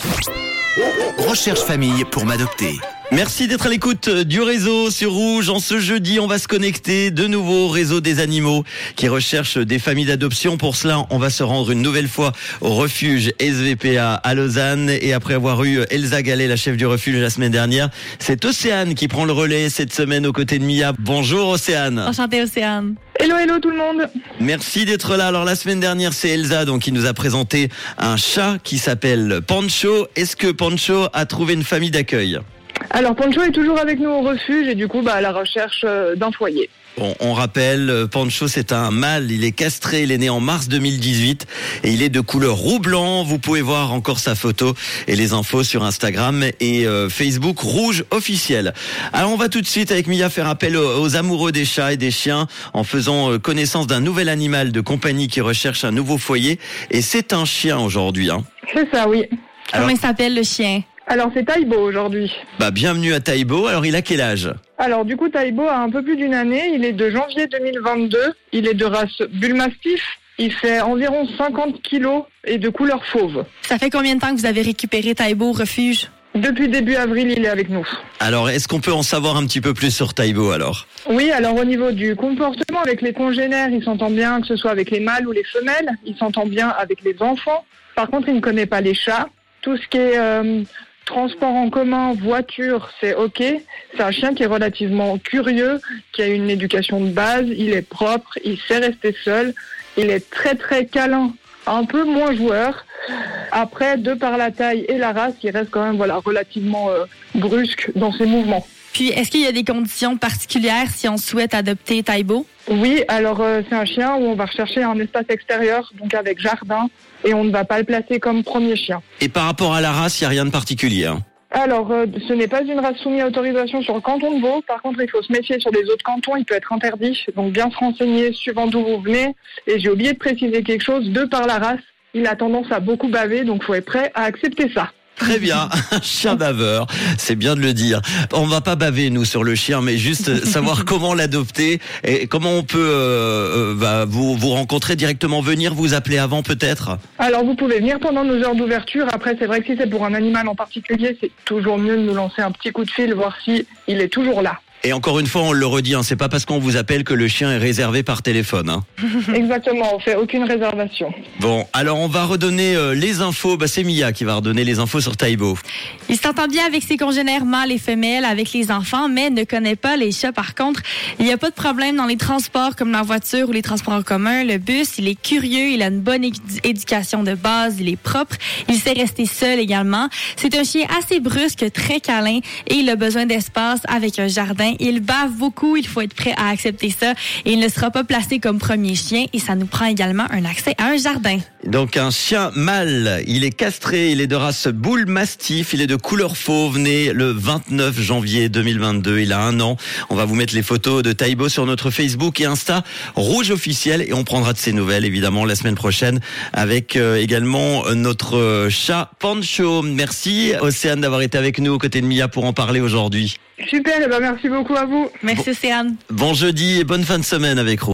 Recherche famille pour m'adopter. Merci d'être à l'écoute du réseau sur Rouge. En ce jeudi, on va se connecter de nouveau au réseau des animaux qui recherchent des familles d'adoption. Pour cela, on va se rendre une nouvelle fois au refuge SVPA à Lausanne. Et après avoir eu Elsa Gallet, la chef du refuge la semaine dernière, c'est Océane qui prend le relais cette semaine aux côtés de Mia. Bonjour Océane. Enchantée Océane. Hello tout le monde. Merci d'être là. Alors la semaine dernière, c'est Elsa qui nous a présenté un chat qui s'appelle Pancho. Est-ce que Pancho a trouvé une famille d'accueil ? Alors Pancho est toujours avec nous au refuge et du coup à la recherche d'un foyer. Bon, on rappelle, Pancho c'est un mâle, il est castré, il est né en mars 2018 et il est de couleur roux-blanc. Vous pouvez voir encore sa photo et les infos sur Instagram et Facebook Rouge officiel. Alors on va tout de suite avec Mia faire appel aux amoureux des chats et des chiens en faisant connaissance d'un nouvel animal de compagnie qui recherche un nouveau foyer et c'est un chien aujourd'hui. C'est ça, oui. Comment il s'appelle le chien ? Alors c'est Taïbo aujourd'hui. Bienvenue à Taïbo. Alors il a quel âge ? Alors du coup Taïbo a un peu plus d'une année, il est de janvier 2022, il est de race Bull Mastiff, il fait environ 50 kilos et de couleur fauve. Ça fait combien de temps que vous avez récupéré Taïbo au refuge ? Depuis début avril, il est avec nous. Alors est-ce qu'on peut en savoir un petit peu plus sur Taïbo alors ? Oui, alors au niveau du comportement avec les congénères, il s'entend bien que ce soit avec les mâles ou les femelles, il s'entend bien avec les enfants. Par contre, il ne connaît pas les chats. Tout ce qui est transport en commun, voiture, c'est ok. C'est un chien qui est relativement curieux, qui a une éducation de base, il est propre, il sait rester seul, il est très très câlin, un peu moins joueur. Après, de par la taille et la race, il reste quand même relativement brusque dans ses mouvements. Puis, est-ce qu'il y a des conditions particulières si on souhaite adopter Taïbo ? Oui, alors c'est un chien où on va rechercher un espace extérieur, donc avec jardin, et on ne va pas le placer comme premier chien. Et par rapport à la race, il n'y a rien de particulier Alors, ce n'est pas une race soumise à autorisation sur le canton de Vaud. Par contre, il faut se méfier sur les autres cantons, il peut être interdit. Donc, bien se renseigner suivant d'où vous venez. Et j'ai oublié de préciser quelque chose, de par la race, il a tendance à beaucoup baver, donc il faut être prêt à accepter ça. Très bien, un chien baveur, c'est bien de le dire. On va pas baver nous sur le chien, mais juste savoir comment l'adopter et comment on peut vous rencontrer directement, venir vous appeler avant peut-être. Alors vous pouvez venir pendant nos heures d'ouverture. Après c'est vrai que si c'est pour un animal en particulier, c'est toujours mieux de nous lancer un petit coup de fil, voir si il est toujours là. Et encore une fois, on le redit, c'est pas parce qu'on vous appelle que le chien est réservé par téléphone. Exactement, on fait aucune réservation. Bon, alors on va redonner les infos. C'est Mia qui va redonner les infos sur Taïbo. Il s'entend bien avec ses congénères mâles et femelles, avec les enfants, mais ne connaît pas les chats. Par contre, il n'y a pas de problème dans les transports comme la voiture ou les transports en commun. Le bus, il est curieux, il a une bonne éducation de base, il est propre, il sait rester seul également. C'est un chien assez brusque, très câlin et il a besoin d'espace avec un jardin. Il bave beaucoup, il faut être prêt à accepter ça et il ne sera pas placé comme premier chien et ça nous prend également un accès à un jardin. Donc un chien mâle, il est castré, il est de race Bull Mastiff, il est de couleur fauve, né le 29 janvier 2022, il a 1 an. On va vous mettre les photos de Taïbo sur notre Facebook et Insta Rouge officiel et on prendra de ses nouvelles évidemment la semaine prochaine avec également notre chat Pancho. Merci Océane d'avoir été avec nous aux côtés de Mia pour en parler aujourd'hui. Super, et merci beaucoup à vous. Merci Océane. Bon jeudi et bonne fin de semaine avec Rouge.